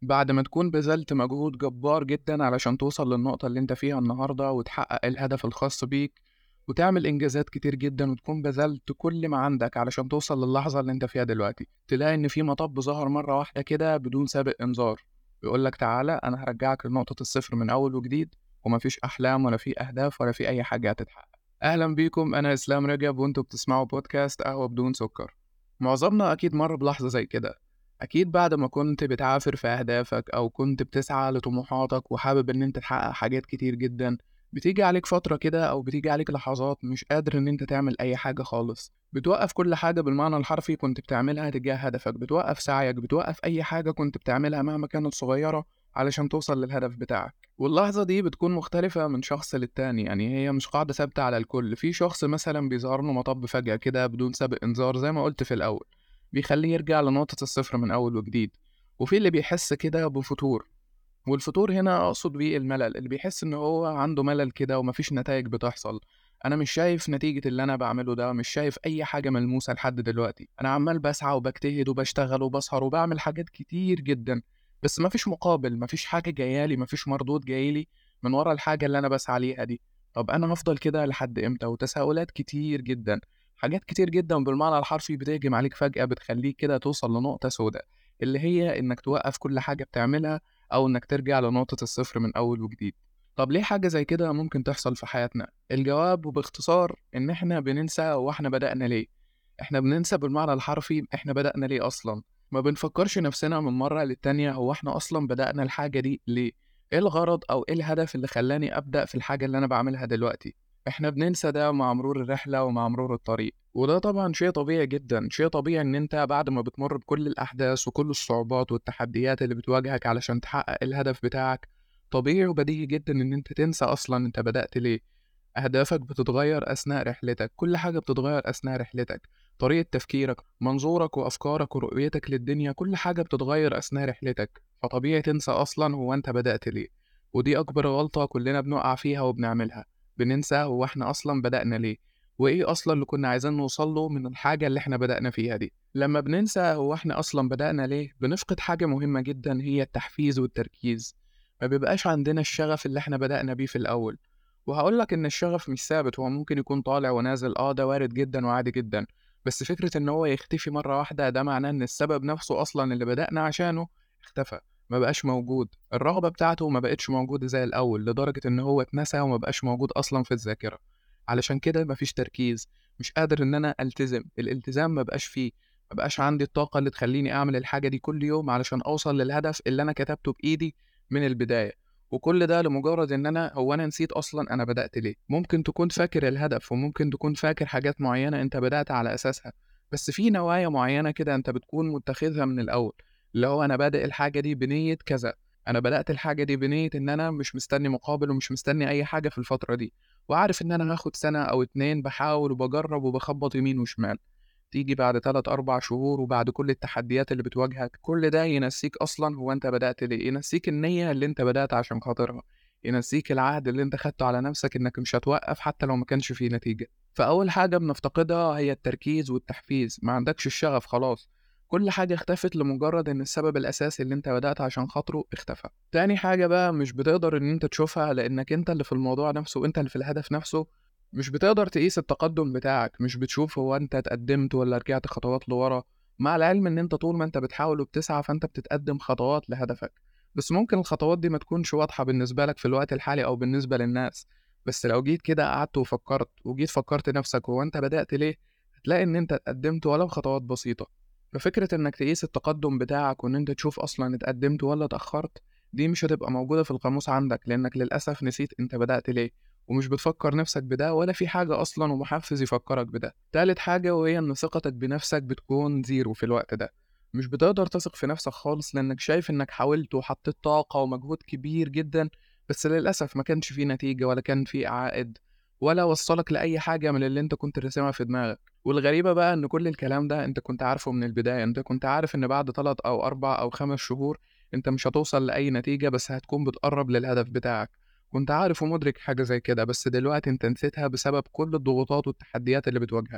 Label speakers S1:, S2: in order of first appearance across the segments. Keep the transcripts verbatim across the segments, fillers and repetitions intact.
S1: بعد ما تكون بذلت مجهود جبار جدًا علشان توصل للنقطة اللي أنت فيها النهارده وتحقق الهدف الخاص بيك، وتعمل إنجازات كتير جدًا وتكون بذلت كل ما عندك علشان توصل للحظة اللي أنت فيها دلوقتي، تلاقي إن في مطب ظهر مرة واحدة كده بدون سابق إنذار، بيقول لك تعالَ أنا هارجعك لنقطة الصفر من أول وجديد، وما فيش أحلام ولا في أهداف ولا في أي حاجة هتتحقق. أهلًا بيكم أنا إسلام رجب وأنتم بتسمعوا بودكاست قهوة بدون سكر. معظمنا أكيد مَر بلحظة زي كده. أكيد بعد ما كنت بتعافر في أهدافك أو كنت بتسعى لطموحاتك وحابب إن أنت تحقق حاجات كتير جدًا، بتيجي عليك فترة كده أو بتيجي عليك لحظات مش قادر إن أنت تعمل أي حاجة خالص، بتوقّف كل حاجة بالمعنى الحرفي كنت بتعملها تجاه هدفك، بتوقّف سعيك، بتوقّف أي حاجة كنت بتعملها مهما كانت صغيرة علشان توصل للهدف بتاعك، واللحظة دي بتكون مختلفة من شخص للتاني، يعني هي مش قاعدة ثابتة على الكل، في شخص مثلًا بيظهر له مطب فجأة كده بدون سابق إنذار زي ما قُلت في الأول. بيخلّيه يرجع لنقطة الصفر من أول وجديد، وفي اللي بيحس كده بفتور، والفتور هنا أقصد بيه الملل، اللي بيحس إن هو عنده ملل كده وما فيش نتايج بتحصل، أنا مش شايف نتيجة اللي أنا باعمله ده، مش شايف أي حاجة ملموسة لحد دلوقتي، أنا عمّال باسعى وباجتهد وباشتغل وباسهر وباعمل حاجات كتير جدًا، بس ما فيش مقابل، ما فيش حاجة جاية لي، ما فيش مردود جاي لي من ورا الحاجة اللي أنا باسعى ليها دي، طب أنا هافضل كده لحد إمتى؟ وتساؤلات كتير جدًا. حاجات كتير جدًا بالمعنى الحرفي بتهجم عليك فجأة بتخلّيك كده توصل لنقطة سودا، اللي هي إنك توقّف كل حاجة بتعملها أو إنك ترجع لنقطة الصفر من أول وجديد. طب ليه حاجة زي كده ممكن تحصل في حياتنا؟ الجواب وباختصار إن إحنا بننسى هو إحنا بدأنا ليه، إحنا بننسى بالمعنى الحرفي إحنا بدأنا ليه أصلًا، ما بنفكّرش نفسنا من مرّة للتانية هو إحنا أصلًا بدأنا الحاجة دي ليه؟ إيه الغرض أو إيه الهدف اللي خلّاني أبدأ في الحاجة اللي أنا باعملها دلوقتي؟ إحنا بننسى ده مع مرور الرحلة ومع مرور الطريق، وده طبعًا شيء طبيعي جدًا، شيء طبيعي إن أنت بعد ما بتمُر بكل الأحداث وكل الصعوبات والتحديات اللي بتواجهك علشان تحقق الهدف بتاعك، طبيعي وبديهي جدًا إن أنت تنسى أصلًا أنت بدأت ليه، أهدافك بتتغيّر أثناء رحلتك، كل حاجة بتتغيّر أثناء رحلتك، طريقة تفكيرك، منظورك وأفكارك ورؤيتك للدنيا، كل حاجة بتتغيّر أثناء رحلتك، فطبيعي تنسى أصلًا هو أنت بدأت ليه، ودي أكبر غلطة كلنا بنُقع فيها وبنعملها. بننسى هو إحنا أصلًا بدأنا ليه، وإيه أصلًا اللي كنا عايزين نوصل له من الحاجة اللي إحنا بدأنا فيها دي. لمّا بننسى هو إحنا أصلًا بدأنا ليه، بنفقد حاجة مهمة جدًا هي التحفيز والتركيز، ما بيبقاش عندنا الشغف اللي إحنا بدأنا بيه في الأول. وهاقول لك إن الشغف مش ثابت، هو ممكن يكون طالع ونازل، آه ده وارد جدًا وعادي جدًا، بس فكرة إن هو يختفي مرة واحدة ده معناه إن السبب نفسه أصلًا اللي بدأنا عشانه اختفى، ما بقاش موجود، الرغبة بتاعته ما بقتش موجودة زي الأول، لدرجة إن هو اتنسى وما بقاش موجود أصلًا في الذاكرة، علشان كده ما فيش تركيز، مش قادر إن أنا ألتزم، الالتزام ما بقاش فيه، ما بقاش عندي الطاقة اللي تخلّيني أعمل الحاجة دي كل يوم علشان أوصل للهدف اللي أنا كتبته بإيدي من البداية، وكل ده لمجرد إن أنا هو أنا نسيت أصلًا أنا بدأت ليه، ممكن تكون فاكر الهدف وممكن تكون فاكر حاجات معينة أنت بدأت على أساسها، بس في نوايا معينة كده أنت بتكون متخذها من الأول، اللي هو أنا بادئ الحاجة دي بنية كذا. أنا بدأت الحاجة دي بنية إن أنا مش مستني مقابل ومش مستني أي حاجة في الفترة دي، وعارف إن أنا هاخد سنة أو اتنين باحاول وباجرّب وباخبّط يمين وشمال، تيجي بعد تلات، أربع شهور وبعد كل التحديات اللي بتواجهك، كل ده ينسيك أصلًا هو أنت بدأت ليه، ينسيك النية اللي أنت بدأت عشان خاطرها، ينسيك العهد اللي أنت خدته على نفسك إنك مش هتوقّف حتى لو ما كانش في نتيجة. فأول حاجة بنفتقدها هي التركيز والتحفيز، ما عندكش الشغف خلاص. كل حاجة اختفت لمجرد إن السبب الأساسي اللي أنت بدأت عشان خاطره اختفى. تاني حاجة بقى مش بتقدر إن أنت تشوفها لإنك أنت اللي في الموضوع نفسه وأنت اللي في الهدف نفسه، مش بتقدر تقيس التقدم بتاعك، مش بتشوف هو أنت اتقدمت والّا رجعت خطوات لورا، مع العلم إن أنت طول ما أنت بتحاول وبتسعى فأنت بتتقدم خطوات لهدفك، بس ممكن الخطوات دي ما تكونش واضحة بالنسبة لك في الوقت الحالي أو بالنسبة للناس، بس لو جيت كده قعدت وفكرت وجيت فكرت نفسك هو أنت بدأت ليه، هتلاقي إن أنت اتقدمت ولو خطوات بسيطة. ففكرة إنك تقيس التقدم بتاعك وإن أنت تشوف أصلًا اتقدمت والّا اتأخرت، دي مش هتبقى موجودة في القاموس عندك، لإنك للأسف نسيت أنت بدأت ليه، ومش بتفكر نفسك بده ولا في حاجة أصلًا ومحفز يفكرك بده. تالت حاجة وهي إن ثقتك بنفسك بتكون زيرو في الوقت ده، مش بتقدر تثق في نفسك خالص لإنك شايف إنك حاولت وحطيت طاقة ومجهود كبير جدًا، بس للأسف ما كانش في نتيجة ولا كان في عائد، ولا وصّلك لأي حاجة من اللي أنت كنت راسمها في دماغك. والغريبة بقى إن كل الكلام ده أنت كنت عارفه من البداية، أنت كنت عارف إن بعد تلات أو أربع أو خمس شهور أنت مش هتوصل لأي نتيجة، بس هتكون بتقرّب للهدف بتاعك، كنت عارف ومُدرك حاجة زي كده، بس دلوقتي أنت نسيتها بسبب كل الضغوطات والتحديات اللي بتواجهك.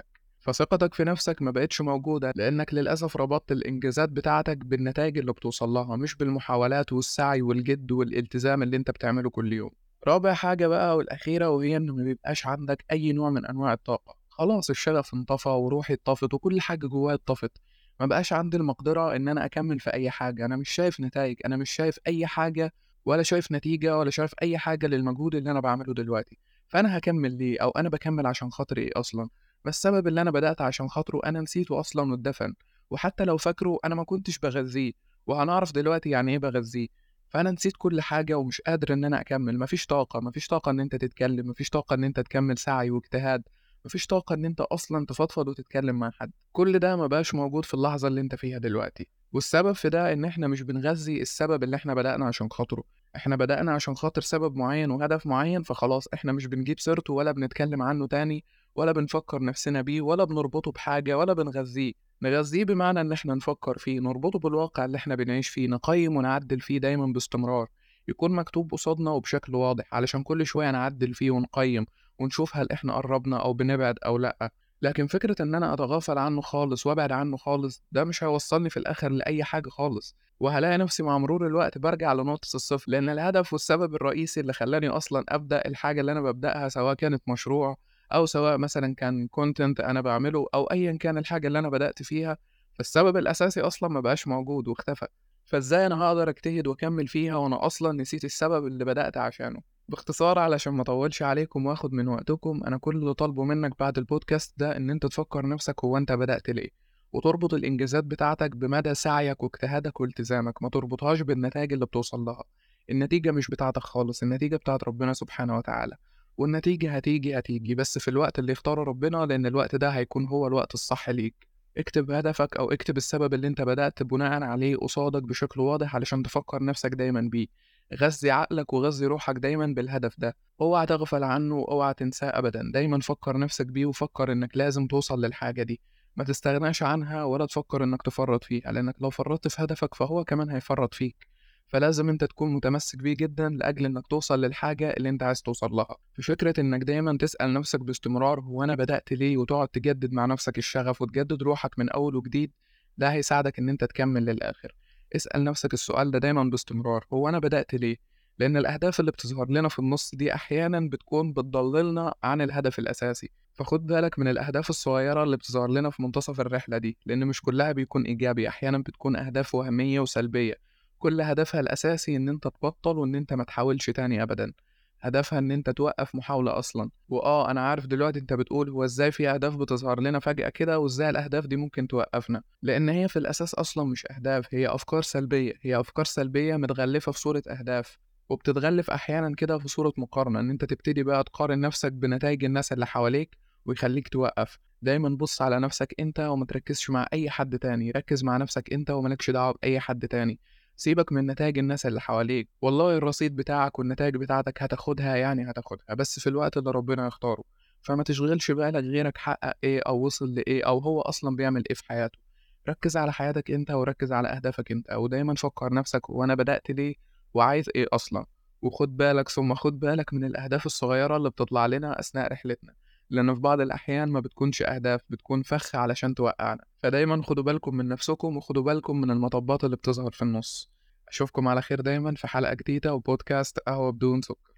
S1: فثقتك في نفسك ما بقتش موجودة لأنك للأسف ربطت الإنجازات بتاعتك بالنتائج اللي بتوصل لها مش بالمحاولات والسعي والجد والالتزام اللي انت بتعمله كل يوم. رابع حاجة بقى والأخيرة وهي إن ما بيبقاش عندك أي نوع من أنواع الطاقة، خلاص الشغف انطفى وروحي اتطفت وكل حاجة جوايا اتطفت. ما بقاش عندي المقدرة إن أنا أكمل في أي حاجة، أنا مش شايف نتائج، أنا مش شايف أي حاجة ولا شايف نتيجة ولا شايف أي حاجة للمجهود اللي أنا بعمله دلوقتي. فأنا هكمل ليه؟ أو أنا بكمل عشان خاطر إيه أصلا؟ بس السبب اللي أنا بدأت عشان خاطره أنا نسيته أصلا واتدفن، وحتى لو فاكره أنا ما كنتش بغذيه، وهنعرف دلوقتي يعني إيه بغذيه. فأنا نسيت كل حاجة ومش قادر إن أنا أكمل، مفيش طاقة، مفيش طاقة إن أنت تتكلم، مفيش طاقة إن أنت تكمل سعي واجتهاد، مفيش طاقة إن أنت أصلا تفضفض وتتكلم مع حد. كل ده ما بقاش موجود في اللحظة اللي أنت فيها دلوقتي. والسبب في ده إن إحنا مش بنغذي السبب اللي إحنا بدأنا عشان خاطره. إحنا بدأنا عشان خاطر سبب معين وهدف معين، فخلاص إحنا مش بنجيب سيرته ولا بنتكلم عنه تاني ولا بنفكر نفسنا بيه ولا بنربطه بحاجة ولا بنغذيه. نغذيه بمعنى إن إحنا نفكر فيه، نربطه بالواقع اللي إحنا بنعيش فيه، نقيم ونعدل فيه دايما باستمرار، يكون مكتوب قصادنا وبشكل واضح علشان كل شوية نعدل فيه ونقيم ونشوف هل إحنا قربنا أو بنبعد أو لأ. لكن فكرة إن أنا أتغافل عنه خالص وأبعد عنه خالص ده مش هيوصلني في الآخر لأي حاجة خالص، وهلاقي نفسي مع مرور الوقت برجع لنقطة الصفر، لأن الهدف والسبب الرئيسي اللي خلاني أصلا أبدأ الحاجة اللي أنا ببدأها سواء كانت مشروع أو سواء مثلا كان كونتنت أنا بعمله أو أيا كان الحاجة اللي أنا بدأت فيها، فالسبب الأساسي أصلا ما بقاش موجود واختفى. فإزاي أنا هقدر أجتهد وأكمل فيها وأنا أصلا نسيت السبب اللي بدأت عشانه؟ باختصار علشان ما اطولش عليكم واخد من وقتكم، انا كل اللي طالبه منك بعد البودكاست ده ان انت تفكر نفسك هو انت بدأت ليه، وتربط الانجازات بتاعتك بمدى سعيك واجتهادك والتزامك، ما تربطهاش بالنتائج اللي بتوصل لها. النتيجة مش بتاعتك خالص، النتيجة بتاعت ربنا سبحانه وتعالى، والنتيجة هتيجي هتيجي بس في الوقت اللي اختاره ربنا، لان الوقت ده هيكون هو الوقت الصح ليك. اكتب هدفك او اكتب السبب اللي انت بدأت بناء عليه قصادك بشكل واضح علشان تفكر نفسك دايما بيه. غذي عقلك وغذي روحك دايما بالهدف ده، اوعى تغفل عنه واوعى تنساه ابدا، دايما فكر نفسك بيه وفكر انك لازم توصل للحاجة دي. ما تستغناش عنها ولا تفكر انك تفرط فيها، لانك لو فرطت في هدفك فهو كمان هيفرط فيك. فلازم انت تكون متمسك بيه جدا لاجل انك توصل للحاجة اللي انت عايز توصل لها. في فكرة انك دايما تسأل نفسك باستمرار هو انا بدأت ليه، وتقعد تجدد مع نفسك الشغف وتجدد روحك من اول وجديد، ده هيساعدك ان انت تكمل للاخر. اسأل نفسك السؤال ده دايما باستمرار، هو أنا بدأت ليه؟ لأن الأهداف اللي بتظهر لنا في النص دي أحيانا بتكون بتضللنا عن الهدف الأساسي، فخد بالك من الأهداف الصغيرة اللي بتظهر لنا في منتصف الرحلة دي، لأن مش كلها بيكون إيجابي، أحيانا بتكون أهداف وهمية وسلبية. كل هدفها الأساسي إن أنت تبطل وإن أنت ما تحاولش تاني أبدا. هدفها إن أنت توقف محاولة أصلا. وآه أنا عارف دلوقتي أنت بتقول هو إزاي في أهداف بتظهر لنا فجأة كده وإزاي الأهداف دي ممكن توقفنا، لأن هي في الأساس أصلا مش أهداف، هي أفكار سلبية، هي أفكار سلبية متغلفة في صورة أهداف، وبتتغلف أحيانا كده في صورة مقارنة، إن أنت تبتدي بقى تقارن نفسك بنتائج الناس اللي حواليك ويخليك توقف. دايما بص على نفسك أنت وما تركزش مع أي حد تاني، ركز مع نفسك أنت وملكش دعوة بأي حد تاني. سيبك من نتائج الناس اللي حواليك، والله الرصيد بتاعك والنتائج بتاعتك هتاخدها يعني هتاخدها بس في الوقت اللي ربنا يختاره. فما تشغلش بالك غيرك حقق ايه او وصل لايه او هو اصلا بيعمل ايه في حياته. ركز على حياتك انت وركز على اهدافك انت، ودايما فكر نفسك وانا بدأت ليه وعايز ايه اصلا. وخد بالك ثم خد بالك من الاهداف الصغيرة اللي بتطلع لنا اثناء رحلتنا، لان في بعض الاحيان ما بتكونش اهداف، بتكون فخ علشان توقعنا. فدايما خدوا بالكم من نفسكم وخدوا بالكم من المطبات اللي بتظهر في النص. اشوفكم على خير دايما في حلقة جديدة وبودكاست قهوة بدون سكر.